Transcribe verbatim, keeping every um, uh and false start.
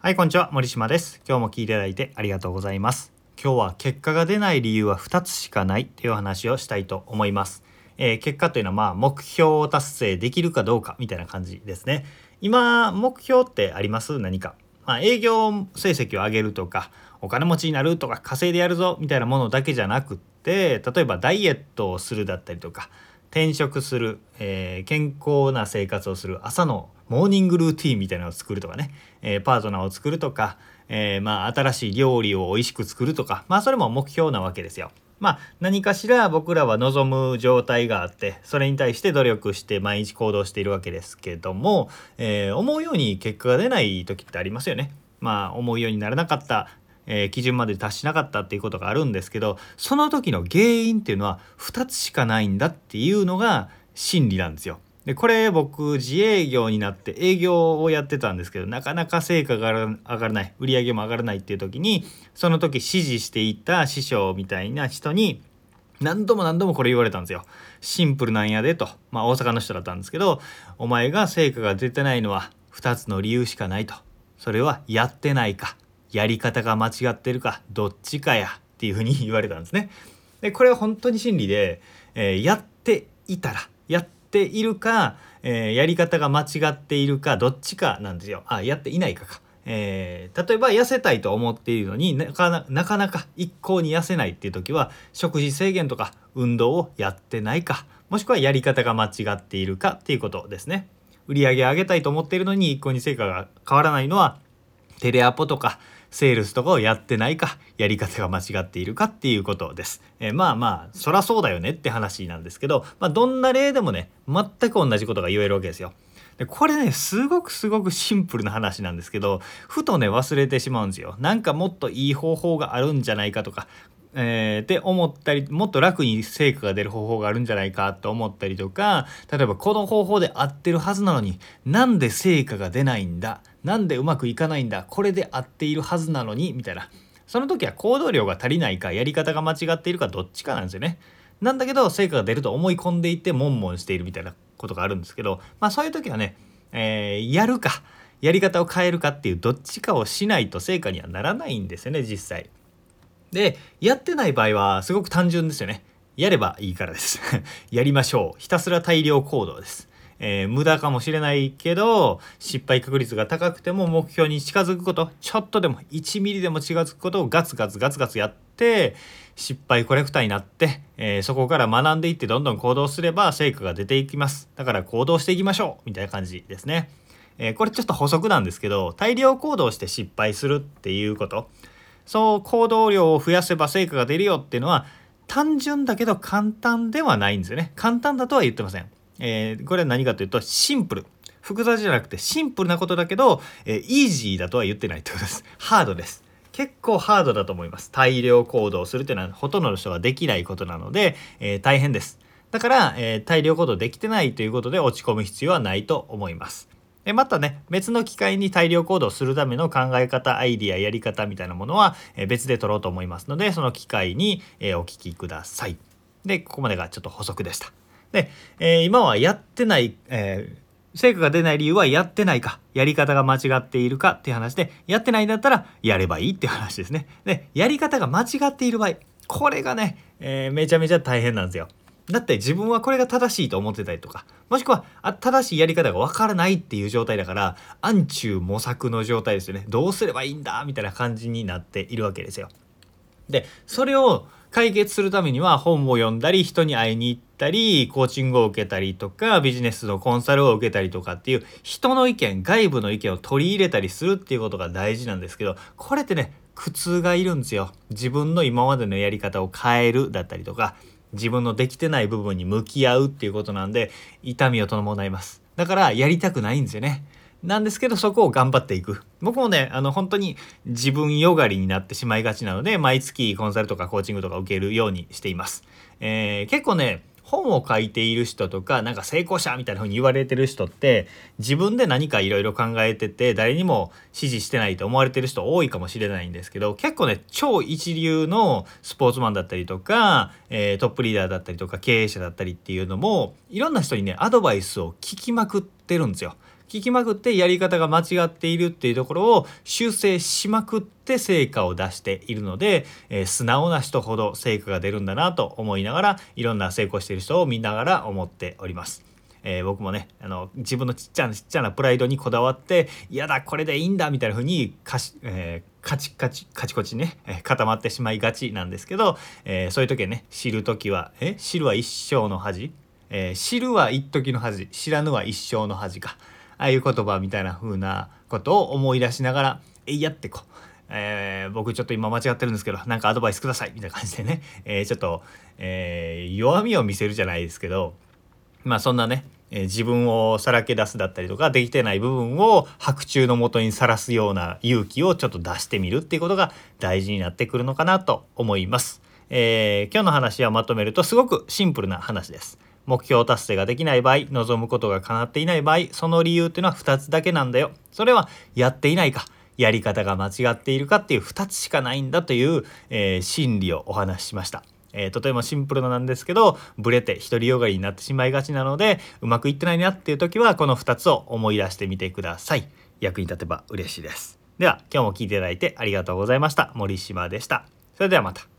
はい、こんにちは。森島です。今日も聞いていただいてありがとうございます。今日は結果が出ない理由はふたつしかないという話をしたいと思います。えー結果というのはまあ目標を達成できるかどうかみたいな感じですね。今目標ってあります？何か。まあ、営業成績を上げるとか、お金持ちになるとか、稼いでやるぞみたいなものだけじゃなくって、例えばダイエットをするだったりとか、転職する、えー健康な生活をする、朝のモーニングルーティーンみたいなのを作るとかね、えーパートナーを作るとか、えーまあ新しい料理を美味しく作るとか、まあそれも目標なわけですよ。まあ何かしら僕らは望む状態があって、それに対して努力して毎日行動しているわけですけども、えー思うように結果が出ない時ってありますよね。まあ思うようにならなかった、えー基準まで達しなかったっていうことがあるんですけど、その時の原因っていうのはふたつしかないんだっていうのが真理なんですよ。でこれ僕自営業になって営業をやってたんですけど、なかなか成果が上がらない、売り上げも上がらないっていう時に、その時指示していた師匠みたいな人に何度も何度もこれ言われたんですよ。シンプルなんやでと。まあ大阪の人だったんですけど、お前が成果が出てないのはふたつの理由しかないと。それはやってないか、やり方が間違ってるか、どっちかやっていうふうに言われたんですね。でこれは本当に真理で、えーやっていたら、やっているか、えーやり方が間違っているか、どっちかなんですよ。あ、やっていないかか。えー例えば痩せたいと思っているのになかななかなか一向に痩せないっていう時は、食事制限とか運動をやってないか、もしくはやり方が間違っているかっていうことですね。売り上げ上げたいと思っているのに一向に成果が変わらないのは、テレアポとかセールスとかをやってないか、やり方が間違っているかっていうことです。えーまあまあそらそうだよねって話なんですけど、まあ、どんな例でもね全く同じことが言えるわけですよ。でこれねすごくすごくシンプルな話なんですけど、ふとね忘れてしまうんですよ。なんかもっといい方法があるんじゃないかとか、えーって思ったり、もっと楽に成果が出る方法があるんじゃないかと思ったりとか、例えばこの方法で合ってるはずなのになんで成果が出ないんだ、なんでうまくいかないんだ、これで合っているはずなのにみたいな、その時は行動量が足りないか、やり方が間違っているか、どっちかなんですよね。なんだけど成果が出ると思い込んでいて悶々しているみたいなことがあるんですけど、まあそういう時はね、えーやるかやり方を変えるかっていうどっちかをしないと成果にはならないんですよね、実際。でやってない場合はすごく単純ですよね。やればいいからですやりましょう。ひたすら大量行動です。えー無駄かもしれないけど、失敗確率が高くても目標に近づくこと、ちょっとでもいちミリでも近づくことをガツガツガツガツやって、失敗コレクターになって、えーそこから学んでいってどんどん行動すれば成果が出ていきます。だから行動していきましょうみたいな感じですね。えーこれちょっと補足なんですけど、大量行動して失敗するっていうこと、そう行動量を増やせば成果が出るよっていうのは単純だけど簡単ではないんですよね。簡単だとは言ってません。えーこれは何かというとシンプル、複雑じゃなくてシンプルなことだけど、えーイージーだとは言ってないってことです。ハードです。結構ハードだと思います。大量行動するっていうのはほとんどの人ができないことなので、えー大変です。だから、えー大量行動できてないということで落ち込む必要はないと思います。えまたね別の機会に大量行動するための考え方、アイディア、やり方みたいなものはえ別で取ろうと思いますので、その機会にえお聞きください。でここまでがちょっと補足でした。で、えー今はやってない、えー成果が出ない理由はやってないか、やり方が間違っているかっていう話で、やってないんだったらやればいいっていう話ですね。でやり方が間違っている場合、これがね、えーめちゃめちゃ大変なんですよ。だって自分はこれが正しいと思ってたりとか、もしくはあ正しいやり方がわからないっていう状態だから、暗中模索の状態ですよね。どうすればいいんだみたいな感じになっているわけですよ。でそれを解決するためには本を読んだり、人に会いに行ったり、コーチングを受けたりとか、ビジネスのコンサルを受けたりとかっていう人の意見、外部の意見を取り入れたりするっていうことが大事なんですけど、これってね苦痛がいるんですよ。自分の今までのやり方を変えるだったりとか、自分のできてない部分に向き合うっていうことなんで、痛みを伴います。だからやりたくないんですよね。なんですけどそこを頑張っていく。僕もねあの本当に自分よがりになってしまいがちなので、毎月コンサルとかコーチングとか受けるようにしています。えー結構ね本を書いている人とか、なんか成功者みたいな風に言われてる人って、自分で何かいろいろ考えてて誰にも支持してないと思われてる人多いかもしれないんですけど、結構ね超一流のスポーツマンだったりとか、えートップリーダーだったりとか経営者だったりっていうのも、いろんな人にねアドバイスを聞きまくってるんですよ。 聞きまくってやり方が間違っているっていうところを修正しまくって成果を出しているので、えー、素直な人ほど成果が出るんだなと思いながら、いろんな成功している人を見ながら思っております。えー、僕もねあの自分のちっちゃなちっちゃなプライドにこだわっていやだこれでいいんだみたいな風にかし、えー、カチカチカチコチね、えー、固まってしまいがちなんですけど、えー、そういう時はね知る時はえ知るは一生の恥、えー、知るは一時の恥知らぬは一生の恥か、ああいう言葉みたいな風なことを思い出しながらえいやってこう、えー、僕ちょっと今間違ってるんですけどなんかアドバイスくださいみたいな感じでね、えー、ちょっと、えー、弱みを見せるじゃないですけど、まあそんなね、えー自分をさらけ出すだったりとかできてない部分を白昼の下にさらすような勇気をちょっと出してみるっていうことが大事になってくるのかなと思います。えー今日の話はまとめるとすごくシンプルな話です。目標達成ができない場合、望むことが叶っていない場合、その理由っていうのはふたつだけなんだよ。それはやっていないか、やり方が間違っているかっていうふたつしかないんだという、えー真理をお話ししました。えーとてもシンプルなんですけどブレて独りよがりになってしまいがちなので、うまくいってないなっていう時はこのふたつを思い出してみてください。役に立てば嬉しいです。では今日も聞いていただいてありがとうございました。森島でした。それではまた。